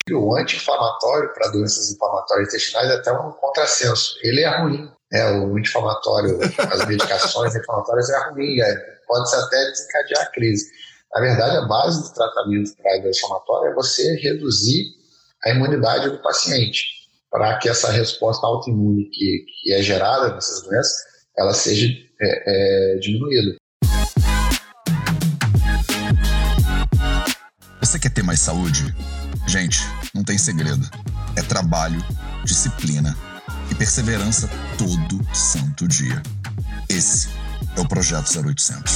O anti-inflamatório para doenças inflamatórias intestinais é até um contrassenso. Ele é ruim. O anti-inflamatório, as medicações inflamatórias é ruim. Pode-se até desencadear a crise. Na verdade, a base do tratamento para a doença inflamatória é você reduzir a imunidade do paciente, para que essa resposta autoimune que é gerada nessas doenças, ela seja diminuída. Você quer ter mais saúde? Gente, não tem segredo. É trabalho, disciplina e perseverança todo santo dia. Esse é o Projeto 0800.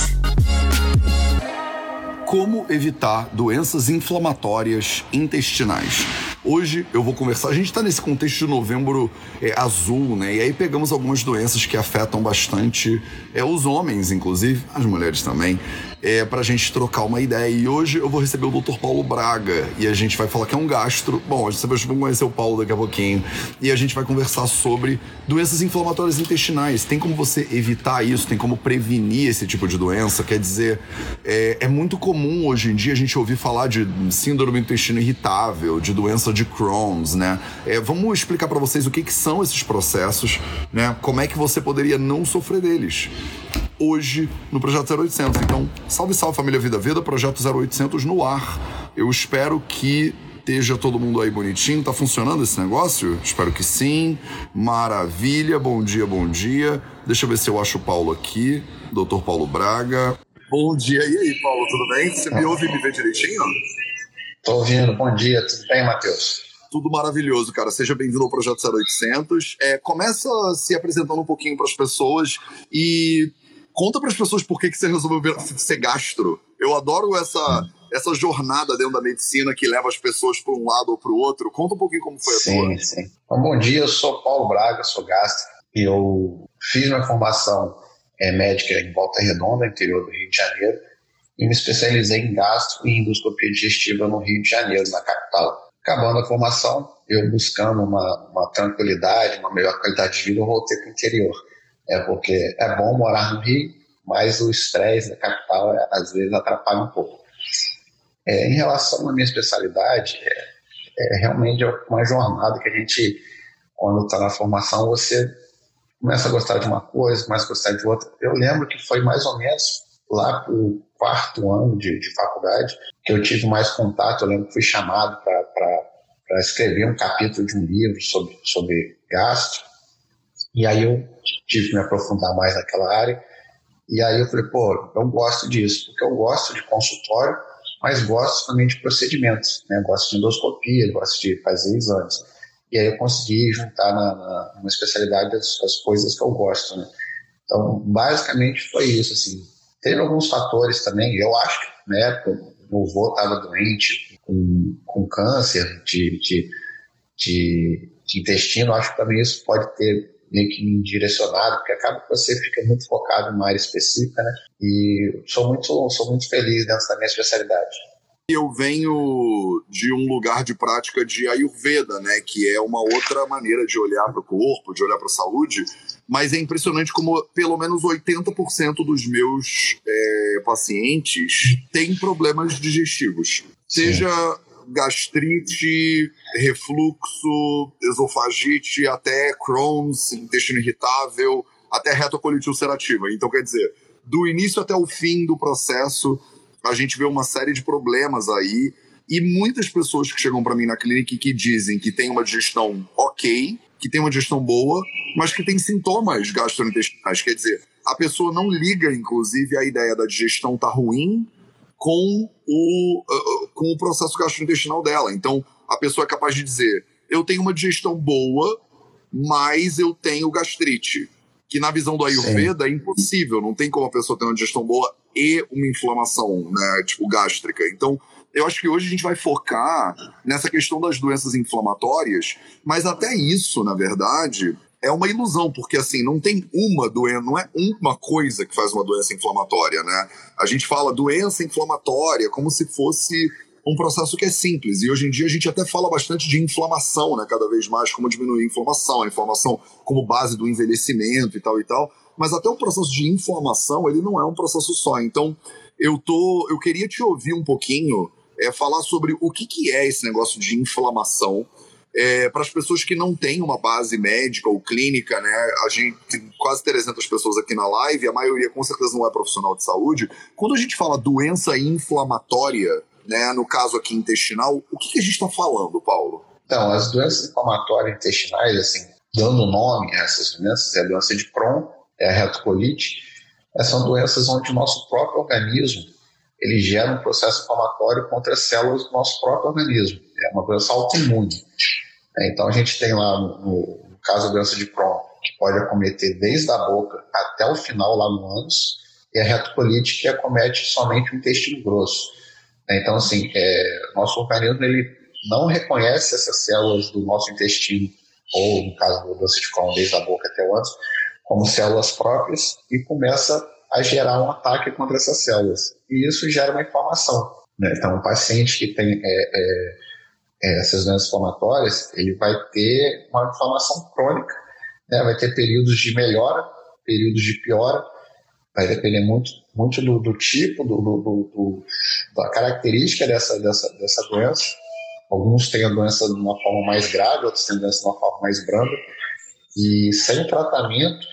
Como evitar doenças inflamatórias intestinais? Hoje eu vou conversar, a gente está nesse contexto de novembro azul, né? E aí pegamos algumas doenças que afetam bastante os homens, inclusive, as mulheres também, para a gente trocar uma ideia. E hoje eu vou receber o Dr. Paulo Braga e a gente vai falar que é um gastro. Bom, vocês vão conhecer o Paulo daqui a pouquinho. E a gente vai conversar sobre doenças inflamatórias intestinais. Tem como você evitar isso? Tem como prevenir esse tipo de doença? Quer dizer, é muito comum hoje em dia a gente ouvir falar de síndrome do intestino irritável, de doença de Crohn's, né? Vamos explicar para vocês o que são esses processos, né? Como é que você poderia não sofrer deles hoje no Projeto 0800. Então, salve, salve família Vida Veda, Projeto 0800 no ar. Eu espero que esteja todo mundo aí bonitinho. Tá funcionando esse negócio? Espero que sim. Maravilha, bom dia, bom dia. Deixa eu ver se eu acho o Paulo aqui, Dr. Paulo Braga. Bom dia, e aí, Paulo, tudo bem? Você me ouve e me vê direitinho? Tô ouvindo, bom dia, tudo bem, Matheus? Tudo maravilhoso, cara. Seja bem-vindo ao Projeto 0800. Começa se apresentando um pouquinho para as pessoas e conta para as pessoas por que você resolveu ser gastro. Eu adoro essa jornada dentro da medicina que leva as pessoas para um lado ou para o outro. Conta um pouquinho como foi a tua. Sim. Então, bom dia, eu sou Paulo Braga, sou gastro. Eu fiz minha formação médica em Volta Redonda, interior do Rio de Janeiro, e me especializei em gastro e endoscopia digestiva no Rio de Janeiro, na capital. Acabando a formação, eu buscando uma tranquilidade, uma melhor qualidade de vida, eu voltei para o interior. Porque é bom morar no Rio, mas o estresse da capital às vezes atrapalha um pouco. Em relação à minha especialidade, realmente uma jornada que a gente, quando está na formação, você começa a gostar de uma coisa, começa a gostar de outra. Eu lembro que foi mais ou menos lá para o 4º ano de faculdade que eu tive mais contato. Eu lembro que fui chamado para escrever um capítulo de um livro sobre gastro, e aí eu tive que me aprofundar mais naquela área, e aí eu falei, eu gosto disso, porque eu gosto de consultório, mas gosto também de procedimentos, né? Gosto de endoscopia, gosto de fazer exames, e aí eu consegui juntar numa especialidade as coisas que eu gosto, né? Então, basicamente foi isso, assim. Teve alguns fatores também, eu acho que na época meu avô estava doente com câncer de intestino. Acho que também isso pode ter meio que me direcionado, porque acaba que você fica muito focado em uma área específica, né? E sou muito feliz dentro da minha especialidade. Eu venho de um lugar de prática de Ayurveda, né, que é uma outra maneira de olhar para o corpo, de olhar para a saúde, mas é impressionante como pelo menos 80% dos meus pacientes têm problemas digestivos. Sim. Seja gastrite, refluxo, esofagite, até Crohn's, intestino irritável, até retocolite ulcerativa. Então, quer dizer, do início até o fim do processo, a gente vê uma série de problemas aí, e muitas pessoas que chegam para mim na clínica e que dizem que tem uma digestão ok, que tem uma digestão boa, mas que tem sintomas gastrointestinais. Quer dizer, a pessoa não liga, inclusive, a ideia da digestão estar ruim com o processo gastrointestinal dela. Então, a pessoa é capaz de dizer, eu tenho uma digestão boa, mas eu tenho gastrite. Que na visão do Ayurveda é impossível, não tem como a pessoa ter uma digestão boa e uma inflamação, né, tipo gástrica. Então, eu acho que hoje a gente vai focar nessa questão das doenças inflamatórias, mas até isso, na verdade, é uma ilusão, porque assim, não tem uma doença, não é uma coisa que faz uma doença inflamatória, né? A gente fala doença inflamatória como se fosse um processo que é simples, e hoje em dia a gente até fala bastante de inflamação, né? Cada vez mais, como diminuir a inflamação como base do envelhecimento e tal, mas até o processo de inflamação, ele não é um processo só. Então, eu queria te ouvir um pouquinho falar sobre o que é esse negócio de inflamação. Para as pessoas que não têm uma base médica ou clínica, né? A gente tem quase 300 pessoas aqui na live, a maioria com certeza não é profissional de saúde. Quando a gente fala doença inflamatória, né, no caso aqui intestinal, o que a gente está falando, Paulo? Então, as doenças inflamatórias intestinais, assim, dando nome a essas doenças, é a doença de Crohn, é a retocolite, são doenças onde o nosso próprio organismo ele gera um processo inflamatório contra as células do nosso próprio organismo. É uma doença autoimune. Então, a gente tem lá, no caso da doença de Crohn, que pode acometer desde a boca até o final, lá no ânus, e a retocolite, que acomete somente o intestino grosso. Então, assim, nosso organismo ele não reconhece essas células do nosso intestino, ou, no caso da doença de Crohn, desde a boca até o ânus, como células próprias, e começa a gerar um ataque contra essas células. E isso gera uma inflamação, né? Então, o paciente que tem essas doenças inflamatórias, ele vai ter uma inflamação crônica, né? Vai ter períodos de melhora, períodos de piora, vai depender muito do tipo, da característica dessa doença. Alguns têm a doença de uma forma mais grave, outros têm a doença de uma forma mais branda, e sem tratamento,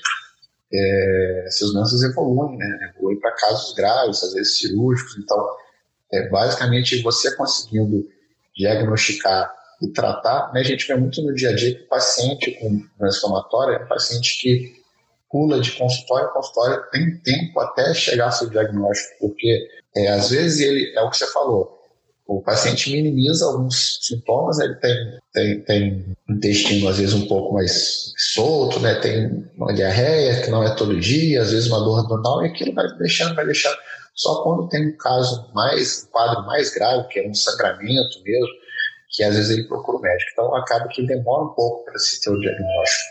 essas doenças evoluem, né? Evoluem para casos graves, às vezes cirúrgicos. Então, basicamente, você conseguindo diagnosticar e tratar, né, a gente vê muito no dia a dia que o paciente com doença inflamatória é um paciente que pula de consultório em consultório, tem tempo até chegar ao seu diagnóstico, porque às vezes ele, é o que você falou, o paciente minimiza alguns sintomas, ele tem intestino às vezes um pouco mais solto, né, tem uma diarreia que não é todo dia, às vezes uma dor abdominal, e aquilo vai deixando. Só quando tem um quadro mais grave, que é um sangramento mesmo, que às vezes ele procura o médico. Então acaba que demora um pouco para se ter o diagnóstico.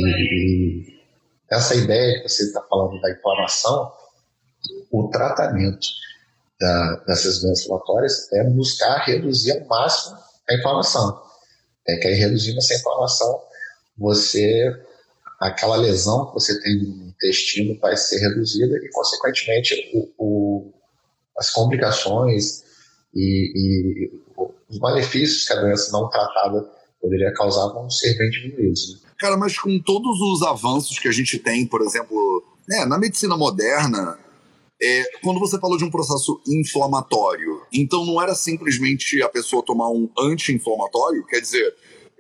E essa ideia que você está falando da inflamação, o tratamento dessas doenças inflamatórias é buscar reduzir ao máximo a inflamação. Que aí reduzindo essa inflamação, aquela lesão que você tem no intestino vai ser reduzida e, consequentemente, as complicações e os malefícios que a doença não tratada poderia causar vão ser bem diminuídos. Né? Cara, mas com todos os avanços que a gente tem, por exemplo, na medicina moderna, quando você falou de um processo inflamatório, então não era simplesmente a pessoa tomar um anti-inflamatório? Quer dizer,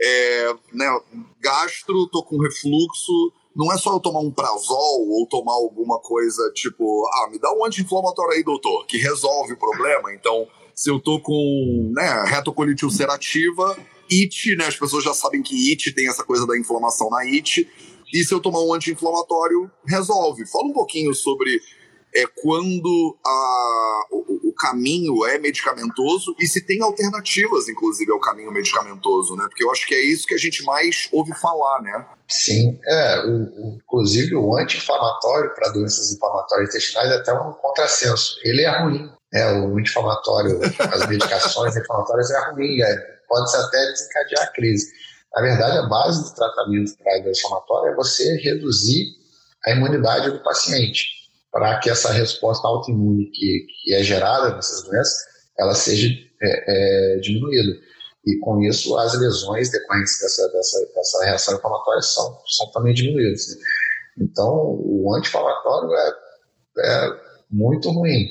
gastro, tô com refluxo, não é só eu tomar um Prazol ou tomar alguma coisa tipo, me dá um anti-inflamatório aí, doutor, que resolve o problema. Então, se eu tô com retocolite ulcerativa, IT, né, as pessoas já sabem que IT tem essa coisa da inflamação na IT, e se eu tomar um anti-inflamatório, resolve. Fala um pouquinho sobre quando o caminho é medicamentoso e se tem alternativas, inclusive, ao caminho medicamentoso, né? Porque eu acho que é isso que a gente mais ouve falar, né? Sim, inclusive o anti-inflamatório para doenças inflamatórias intestinais é até um contrassenso. Ele é ruim, o anti-inflamatório, as medicações inflamatórias é ruim, pode até desencadear a crise. Na verdade, a base do tratamento para a doença inflamatória é você reduzir a imunidade do paciente, para que essa resposta autoimune que é gerada nessas doenças, ela seja diminuída. E com isso, as lesões decorrentes dessa reação inflamatória são também diminuídas. Né? Então, o anti-inflamatório é muito ruim.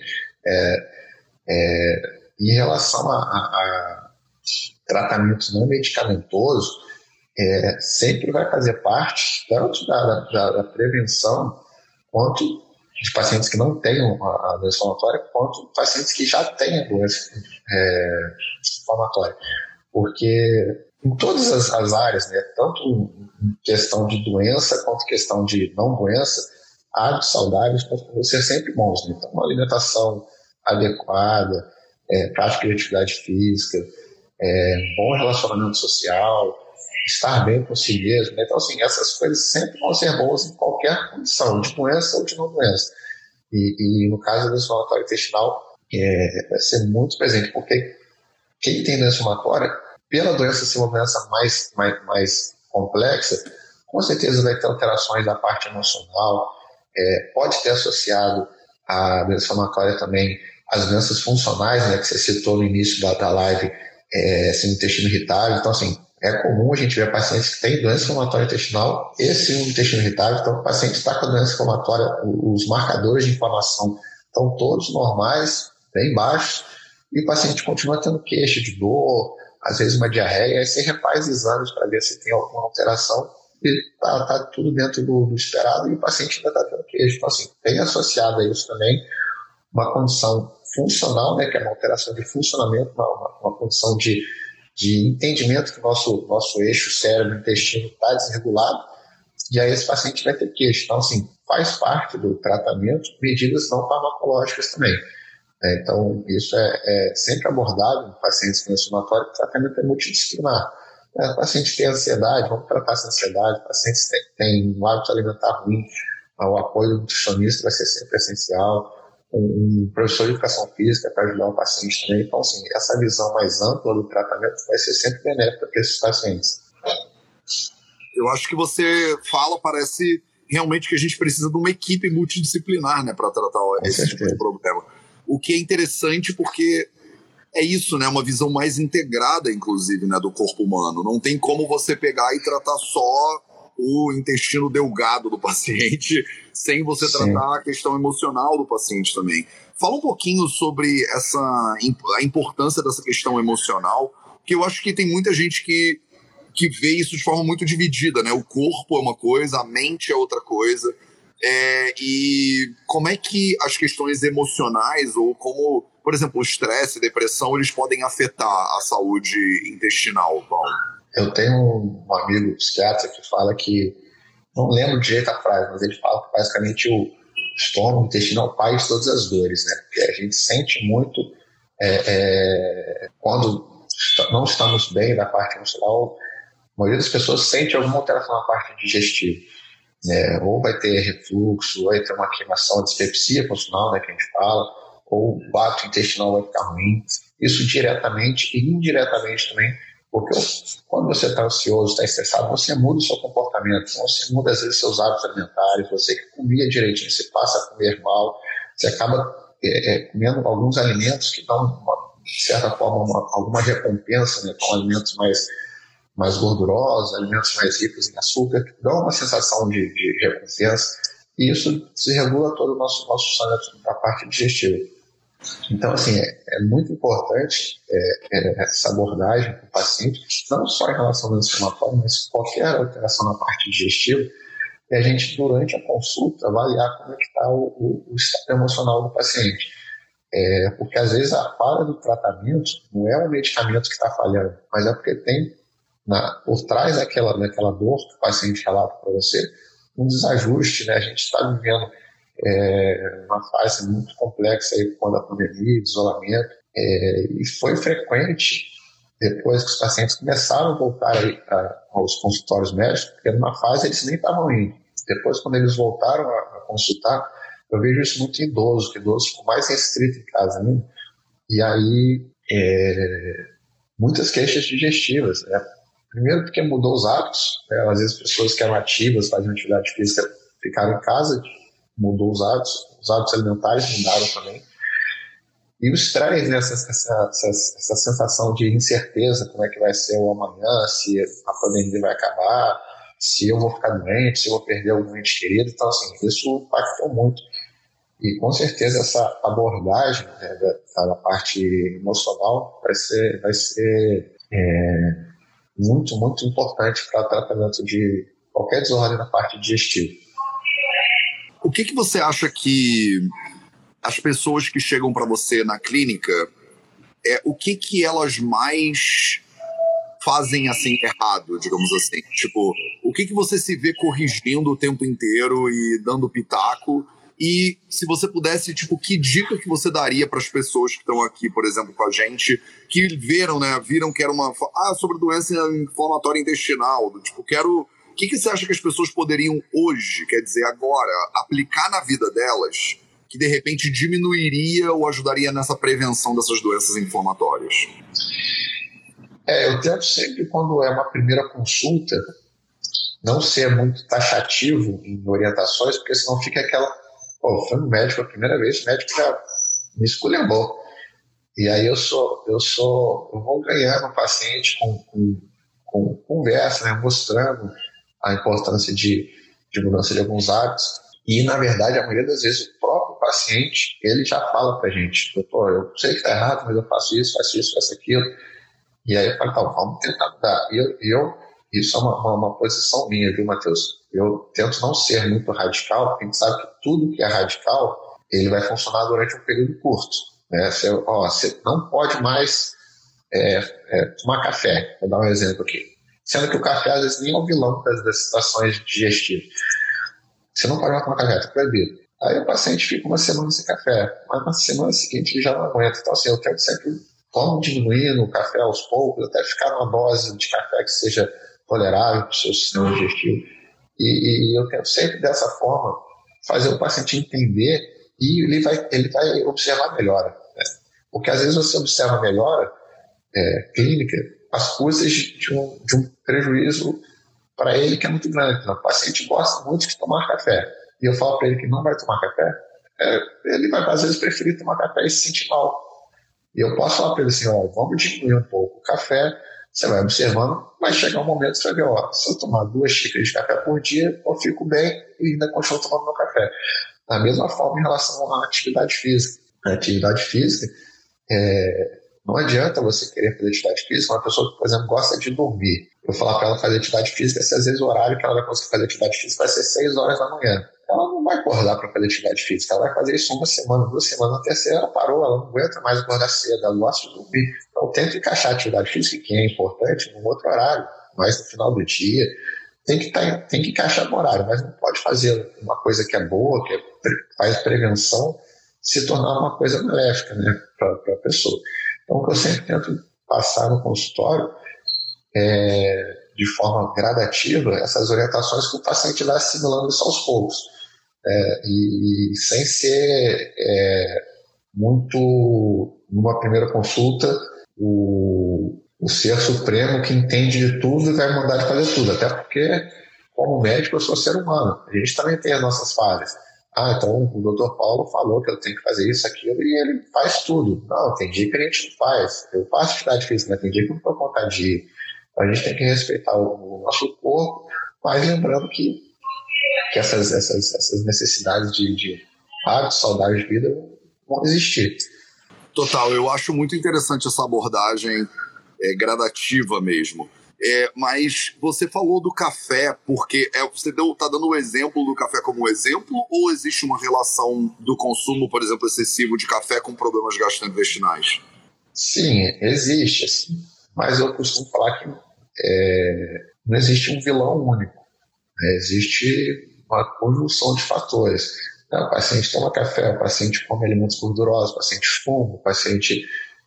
Em relação a tratamentos não medicamentosos, sempre vai fazer parte tanto da prevenção quanto de pacientes que não tenham a doença inflamatória, quanto pacientes que já têm a doença inflamatória. Porque em todas as áreas, né, tanto em questão de doença quanto em questão de não doença, hábitos saudáveis vão ser sempre bons. Né? Então, uma alimentação adequada, prática de atividade física, bom relacionamento social, estar bem com si mesmo. Né? Então, assim, essas coisas sempre vão ser boas em qualquer condição, de doença ou de não doença. E no caso da doença inflamatória intestinal, vai ser muito presente, porque quem tem doença inflamatória, pela doença ser uma doença mais complexa, com certeza vai ter alterações da parte emocional, pode ter associado a doença inflamatória também as doenças funcionais, né, que você citou no início da live, síndrome do intestino irritável. Então, assim, é comum a gente ver pacientes que têm doença inflamatória intestinal e síndrome do intestino irritável. Então, o paciente está com a doença inflamatória, os marcadores de inflamação estão todos normais, bem baixos, e o paciente continua tendo queixa de dor, às vezes uma diarreia. Aí você refaz exames para ver se tem alguma alteração e está tudo dentro do esperado, e o paciente ainda está tendo queixa. Então, assim, tem associado a isso também uma condição funcional, né, que é uma alteração de funcionamento, uma condição de entendimento que o nosso eixo cérebro-intestino está desregulado, e aí esse paciente vai ter queixa. Então, assim, faz parte do tratamento medidas não farmacológicas também. Então, isso é sempre abordado em pacientes com inflamatório. O tratamento é multidisciplinar. O paciente tem ansiedade, vamos tratar essa ansiedade. Pacientes têm um hábito alimentar ruim, o apoio do nutricionista vai ser sempre essencial. Um professor de educação física para ajudar o paciente também. Então, assim, essa visão mais ampla do tratamento vai ser sempre benéfica para esses pacientes. Eu acho que você parece realmente que a gente precisa de uma equipe multidisciplinar, né, para tratar esse tipo de problema. O que é interessante porque é isso, né, uma visão mais integrada, inclusive, né, do corpo humano. Não tem como você pegar e tratar só o intestino delgado do paciente sem você tratar a questão emocional do paciente também. Fala um pouquinho sobre a importância dessa questão emocional, porque eu acho que tem muita gente que vê isso de forma muito dividida, né? O corpo é uma coisa, a mente é outra coisa. E como é que as questões emocionais, ou como, por exemplo, o estresse, a depressão, eles podem afetar a saúde intestinal, Paulo? Eu tenho um amigo psiquiatra que fala que, não lembro direito a frase, mas ele fala que basicamente o estômago, o intestino é o pai de todas as dores, né? Porque a gente sente muito quando não estamos bem da parte emocional. A maioria das pessoas sente alguma alteração na parte digestiva, né? Ou vai ter refluxo, ou vai ter uma queimação, dispepsia funcional, né, que a gente fala, ou o ato intestinal vai ficar ruim. Isso diretamente e indiretamente também, porque quando você está ansioso, está estressado, você muda o seu comportamento, então você muda às vezes seus hábitos alimentares. Você que comia direitinho, você passa a comer mal, você acaba comendo alguns alimentos que dão, de certa forma, alguma recompensa, né? São alimentos mais gordurosos, alimentos mais ricos em açúcar, que dão uma sensação de recompensa, e isso desregula todo o nosso sangue da parte digestiva. Então, assim, é muito importante essa abordagem com o paciente, não só em relação ao inflamatório, mas qualquer alteração na parte digestiva, e a gente, durante a consulta, avaliar como é que está o estado emocional do paciente. Porque, às vezes, a falha do tratamento não é o medicamento que está falhando, mas é porque tem, por trás daquela dor que o paciente relata para você, um desajuste, né? A gente está vivendo uma fase muito complexa aí quando a pandemia, isolamento, e foi frequente depois que os pacientes começaram a voltar aí aos consultórios médicos, porque numa fase eles nem estavam indo. Depois, quando eles voltaram a consultar, eu vejo isso muito em idoso, que idoso ficou mais restrito em casa ainda, e aí muitas queixas digestivas, né? Primeiro porque mudou os hábitos, né? Às vezes pessoas que eram ativas, faziam atividade física, ficaram em casa, mudou os hábitos alimentares mudaram também. E o estresse, né? essa sensação de incerteza, como é que vai ser o amanhã, se a pandemia vai acabar, se eu vou ficar doente, se eu vou perder algum ente querido. Então, assim, isso impactou muito. E com certeza essa abordagem, né, da parte emocional vai ser muito, muito importante para o tratamento de qualquer desordem na parte digestiva. O que você acha que as pessoas que chegam para você na clínica, o que elas mais fazem assim errado, digamos assim? Tipo, o que você se vê corrigindo o tempo inteiro e dando pitaco? E se você pudesse, tipo, que dica que você daria para as pessoas que estão aqui, por exemplo, com a gente, que viram que era sobre doença inflamatória intestinal, tipo, o que você acha que as pessoas poderiam hoje, quer dizer, agora, aplicar na vida delas, que de repente diminuiria ou ajudaria nessa prevenção dessas doenças inflamatórias? Eu tento sempre, quando é uma primeira consulta, não ser muito taxativo em orientações, porque senão fica aquela... foi no médico a primeira vez, o médico já me esculhambou. E aí eu vou ganhando o paciente com conversa, né, mostrando a importância de mudança de alguns hábitos. E, na verdade, a maioria das vezes o próprio paciente, ele já fala pra gente: doutor, eu sei que está errado, mas eu faço isso, faço aquilo. E aí eu falo: tá, vamos tentar mudar. Isso é uma posição minha, viu, Matheus? Eu tento não ser muito radical, porque a gente sabe que tudo que é radical, ele vai funcionar durante um período curto. Né? Você não pode mais tomar café. Vou dar um exemplo aqui. Sendo que o café, às vezes, nem é o vilão das situações digestivas. Você não pode mais tomar café, está proibido. Aí o paciente fica uma semana sem café, mas na semana seguinte ele já não aguenta. Então, assim, eu tento sempre diminuindo o café aos poucos, até ficar numa dose de café que seja tolerável para o seu sistema digestivo. E eu tento sempre, dessa forma, fazer o paciente entender, e ele vai observar a melhora. Né? Porque às vezes você observa a melhora clínica às custas de um prejuízo para ele que é muito grande. O paciente gosta muito de tomar café, e eu falo para ele que não vai tomar café, ele vai às vezes preferir tomar café e se sentir mal. E eu posso falar para ele assim: vamos diminuir um pouco o café, você vai observando, vai chegar um momento que você vai ver, se eu tomar 2 xícaras de café por dia, eu fico bem e ainda continuo tomando meu café. Da mesma forma em relação à atividade física. A atividade física, não adianta você querer fazer atividade física uma pessoa que, por exemplo, gosta de dormir. Eu falar para ela fazer atividade física, se às vezes o horário que ela vai conseguir fazer atividade física vai ser 6 horas da manhã. Ela não vai acordar para fazer atividade física, ela vai fazer isso 1 semana, 2 semanas, na terceira ela parou, ela não aguenta mais acordar cedo, ela gosta de dormir. Então tenta encaixar a atividade física, que é importante, num outro horário, mais no final do dia. Tem que encaixar no horário, mas não pode fazer uma coisa que é boa, que faz prevenção, se tornar uma coisa maléfica, né, para a pessoa. Então, o que eu sempre tento passar no consultório de forma gradativa, essas orientações que o paciente vai assimilando isso aos poucos. E sem ser muito, numa primeira consulta, o ser supremo que entende de tudo e vai mandar de fazer tudo. Até porque, como médico, eu sou ser humano. A gente também tem as nossas falhas. Então o Dr. Paulo falou que eu tenho que fazer isso, aquilo, e ele faz tudo. Não, tem dia que a gente não faz. Eu faço atividade física, mas tem dia que eu não estou com vontade de ir. Então a gente tem que respeitar o nosso corpo, mas lembrando que essas necessidades de hábitos saudáveis de vida vão existir. Total, eu acho muito interessante essa abordagem gradativa mesmo. Mas você falou do café, porque você está dando o exemplo do café como exemplo, ou existe uma relação do consumo, por exemplo, excessivo de café com problemas gastrointestinais? Sim, existe, assim. Mas eu costumo falar que não existe um vilão único. Existe uma conjunção de fatores. O paciente toma café, o paciente come alimentos gordurosos, o paciente fuma, o paciente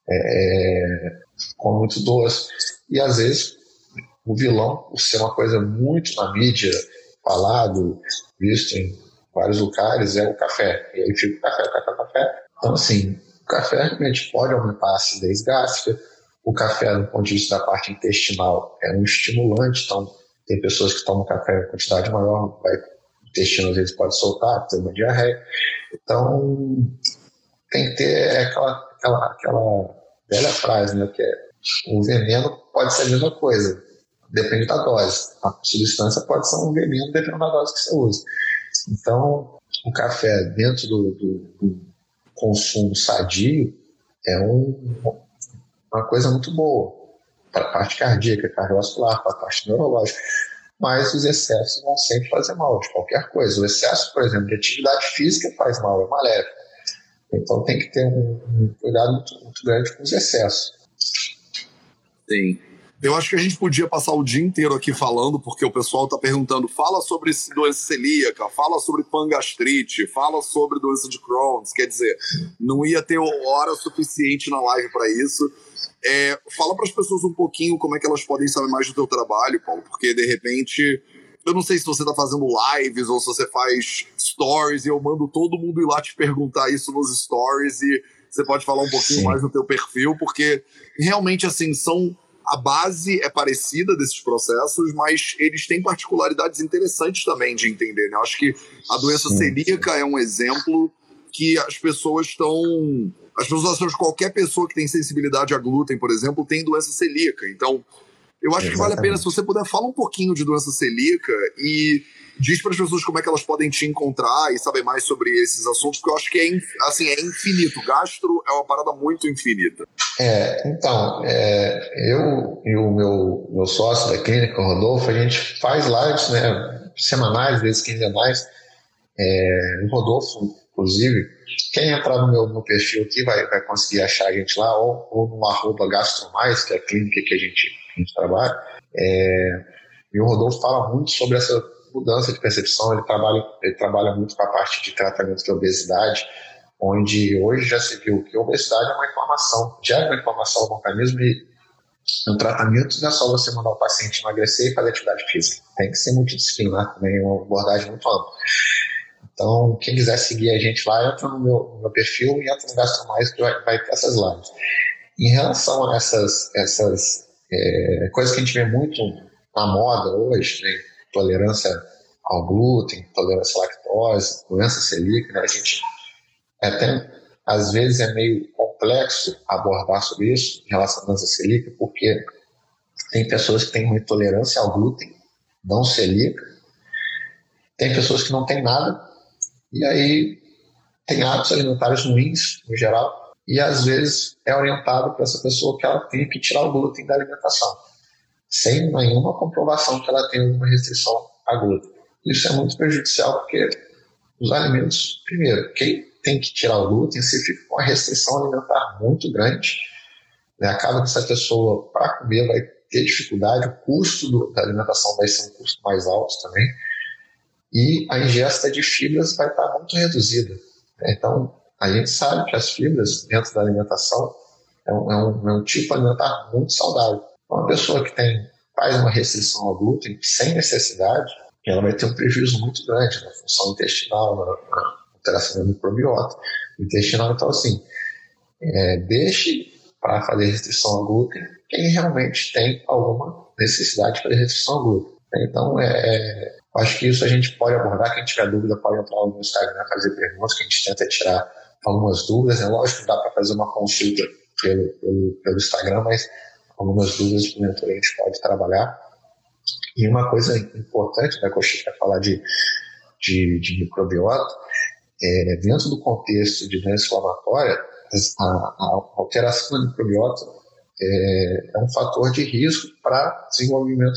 come muito doce. E às vezes o vilão, por ser uma coisa muito na mídia, falado, visto em vários lugares, é o café. E aí fica o café. Então, assim, o café realmente pode aumentar a acidez gástrica. O café, do ponto de vista da parte intestinal, é um estimulante. Então, tem pessoas que tomam café em quantidade maior, o intestino às vezes pode soltar, ter uma diarreia. Então, tem que ter aquela velha frase, né, que o veneno pode ser a mesma coisa. Depende da dose. A substância pode ser um veneno dependendo da dose que você usa. Então, o café dentro do consumo sadio é uma coisa muito boa para a parte cardíaca, cardiovascular, para a parte neurológica. Mas os excessos vão sempre fazer mal de qualquer coisa. O excesso, por exemplo, de atividade física faz mal, é maléfico. Então tem que ter um cuidado muito, muito grande com os excessos. Sim. Eu acho que a gente podia passar o dia inteiro aqui falando, porque o pessoal está perguntando, fala sobre doença celíaca, fala sobre pangastrite, fala sobre doença de Crohn. Quer dizer, não ia ter hora suficiente na live para isso. Fala para as pessoas um pouquinho como é que elas podem saber mais do teu trabalho, Paulo, porque de repente, eu não sei se você está fazendo lives ou se você faz stories e eu mando todo mundo ir lá te perguntar isso nos stories e você pode falar um pouquinho mais do teu perfil, porque realmente assim, a base é parecida desses processos, mas eles têm particularidades interessantes também de entender, né? Eu acho que a doença celíaca é um exemplo que as pessoas acham que qualquer pessoa que tem sensibilidade a glúten, por exemplo, tem doença celíaca. Então, eu acho que vale a pena, se você puder, fala um pouquinho de doença celíaca e diz para as pessoas como é que elas podem te encontrar e saber mais sobre esses assuntos, porque eu acho que é infinito. Gastro é uma parada muito infinita. Então, eu e o meu sócio da clínica, o Rodolfo, a gente faz lives, né, semanais, vezes quinzenais. O Rodolfo, inclusive, quem entrar no meu perfil aqui vai conseguir achar a gente lá, ou no @gastromais, que é a clínica que a gente trabalha. E o Rodolfo fala muito sobre essa mudança de percepção. Ele trabalha muito com a parte de tratamento de obesidade, onde hoje já se viu que a obesidade é uma inflamação, gera uma inflamação no organismo, e o tratamento não é só você mandar o paciente emagrecer e fazer atividade física. Tem que ser multidisciplinar também, uma abordagem muito ampla. Então, quem quiser seguir a gente lá, entra no meu perfil e entra no GastroMais, que vai ter essas lives. Em relação a essas coisas que a gente vê muito na moda hoje, né? Intolerância ao glúten, intolerância à lactose, doença celíaca, né? A gente até, às vezes, é meio complexo abordar sobre isso em relação à doença celíaca, porque tem pessoas que têm uma intolerância ao glúten, não celíaca, tem pessoas que não têm nada, e aí tem hábitos alimentares ruins, no geral, e às vezes é orientado para essa pessoa que ela tem que tirar o glúten da alimentação, sem nenhuma comprovação que ela tem alguma restrição a glúten. Isso é muito prejudicial, porque os alimentos, primeiro, quem tem que tirar o glúten se fica com uma restrição alimentar muito grande, né? Acaba que essa pessoa, para comer, vai ter dificuldade, o custo da alimentação vai ser um custo mais alto também, e a ingesta de fibras vai estar muito reduzida. Então, a gente sabe que as fibras dentro da alimentação é um tipo alimentar muito saudável. Então, uma pessoa que faz uma restrição ao glúten sem necessidade, ela vai ter um prejuízo muito grande na função intestinal, na alteração da microbiota intestinal. Então, assim, deixe para fazer restrição ao glúten quem realmente tem alguma necessidade de fazer restrição ao glúten. Então, acho que isso a gente pode abordar. Quem tiver dúvida pode entrar no Instagram, fazer perguntas, que a gente tenta tirar algumas dúvidas. É lógico que dá para fazer uma consulta pelo Instagram, mas algumas dúvidas, porventura, a gente pode trabalhar. E uma coisa importante, né, que eu cheguei a falar de microbiota, dentro do contexto de doença inflamatória, a alteração da microbiota é um fator de risco para desenvolvimento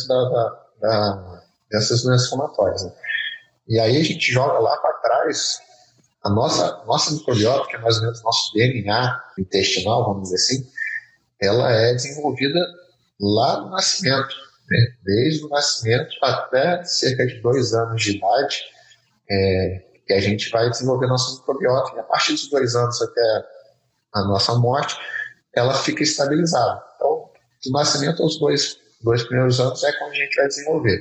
dessas doenças inflamatórias, né? E aí a gente joga lá para trás a nossa microbiota, que é mais ou menos nosso DNA intestinal, vamos dizer assim, ela é desenvolvida lá no nascimento, né? Desde o nascimento até cerca de 2 anos de idade, que a gente vai desenvolver nossa microbiota, e a partir dos 2 anos até a nossa morte, ela fica estabilizada. Então, do nascimento aos dois primeiros anos é quando a gente vai desenvolver.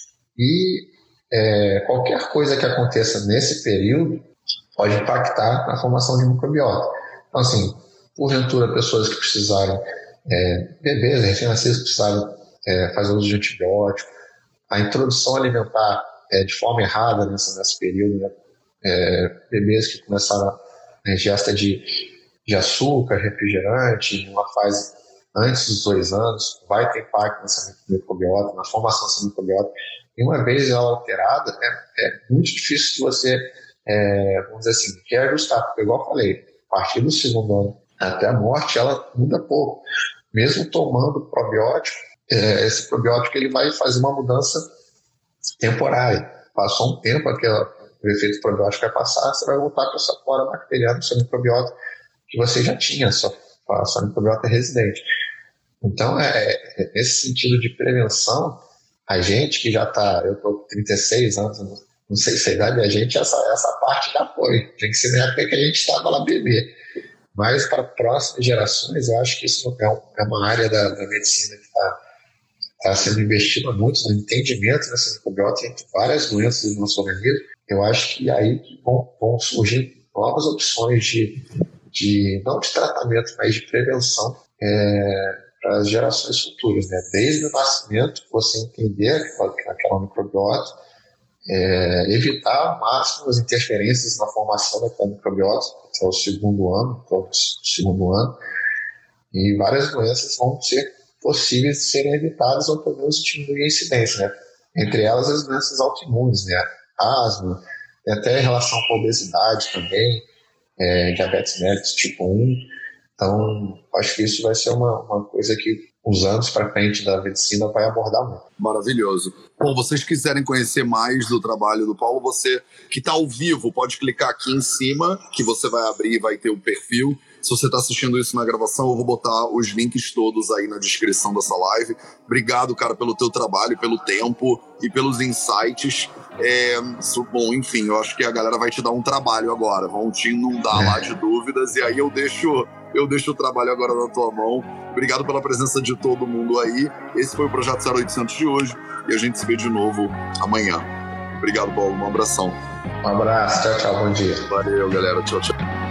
E qualquer coisa que aconteça nesse período pode impactar na formação de microbiota. Então, assim, porventura, pessoas que precisaram, bebês recém-nascidos que precisaram fazer uso de antibiótico, a introdução alimentar de forma errada nesse período, né? Bebês que começaram a ingesta de açúcar, refrigerante, em uma fase antes dos 2 anos, vai ter impacto nessa microbiota, na formação dessa microbiota. E uma vez ela alterada, é muito difícil que você, vamos dizer assim, reajustar, porque, igual eu falei, a partir do 2º ano até a morte, ela muda pouco. Mesmo tomando probiótico, esse probiótico ele vai fazer uma mudança temporária. Passou um tempo, o efeito probiótico vai passar, você vai voltar para essa flora bacteriana, seu microbiota que você já tinha, sua microbiota residente. Então, nesse sentido de prevenção, a gente que já está, eu estou com 36 anos, não sei se a idade da gente, essa parte já foi. Tem que ser na época que a gente estava lá bebê. Mas para próximas gerações, eu acho que isso é uma área da medicina que está sendo investida muito no entendimento dessa microbiota entre várias doenças do nosso organismo. Eu acho que aí vão surgir novas opções não de tratamento, mas de prevenção para as gerações futuras, né? Desde o nascimento, você entender aquela microbiota, evitar ao máximo as interferências na formação da microbiota, que é o segundo ano, e várias doenças vão ser possíveis de serem evitadas ou pelo menos diminuir a incidência, né? Entre elas as doenças autoimunes, né? Asma, até em relação com a obesidade também, diabetes mellitus tipo 1. Então, acho que isso vai ser uma coisa que os anos para frente da medicina vai abordar muito. Maravilhoso. Bom, vocês quiserem conhecer mais do trabalho do Paulo, você que está ao vivo pode clicar aqui em cima, que você vai abrir e vai ter o perfil. Se você está assistindo isso na gravação, eu vou botar os links todos aí na descrição dessa live. Obrigado, cara, pelo teu trabalho, pelo tempo e pelos insights. Bom, enfim, eu acho que a galera vai te dar um trabalho agora. Vão te inundar lá de dúvidas e aí eu deixo o trabalho agora na tua mão. Obrigado pela presença de todo mundo aí. Esse foi o Projeto 0800 de hoje e a gente se vê de novo amanhã. Obrigado, Paulo. Um abração. Um abraço. Tchau, tchau. Bom dia. Valeu, galera. Tchau, tchau.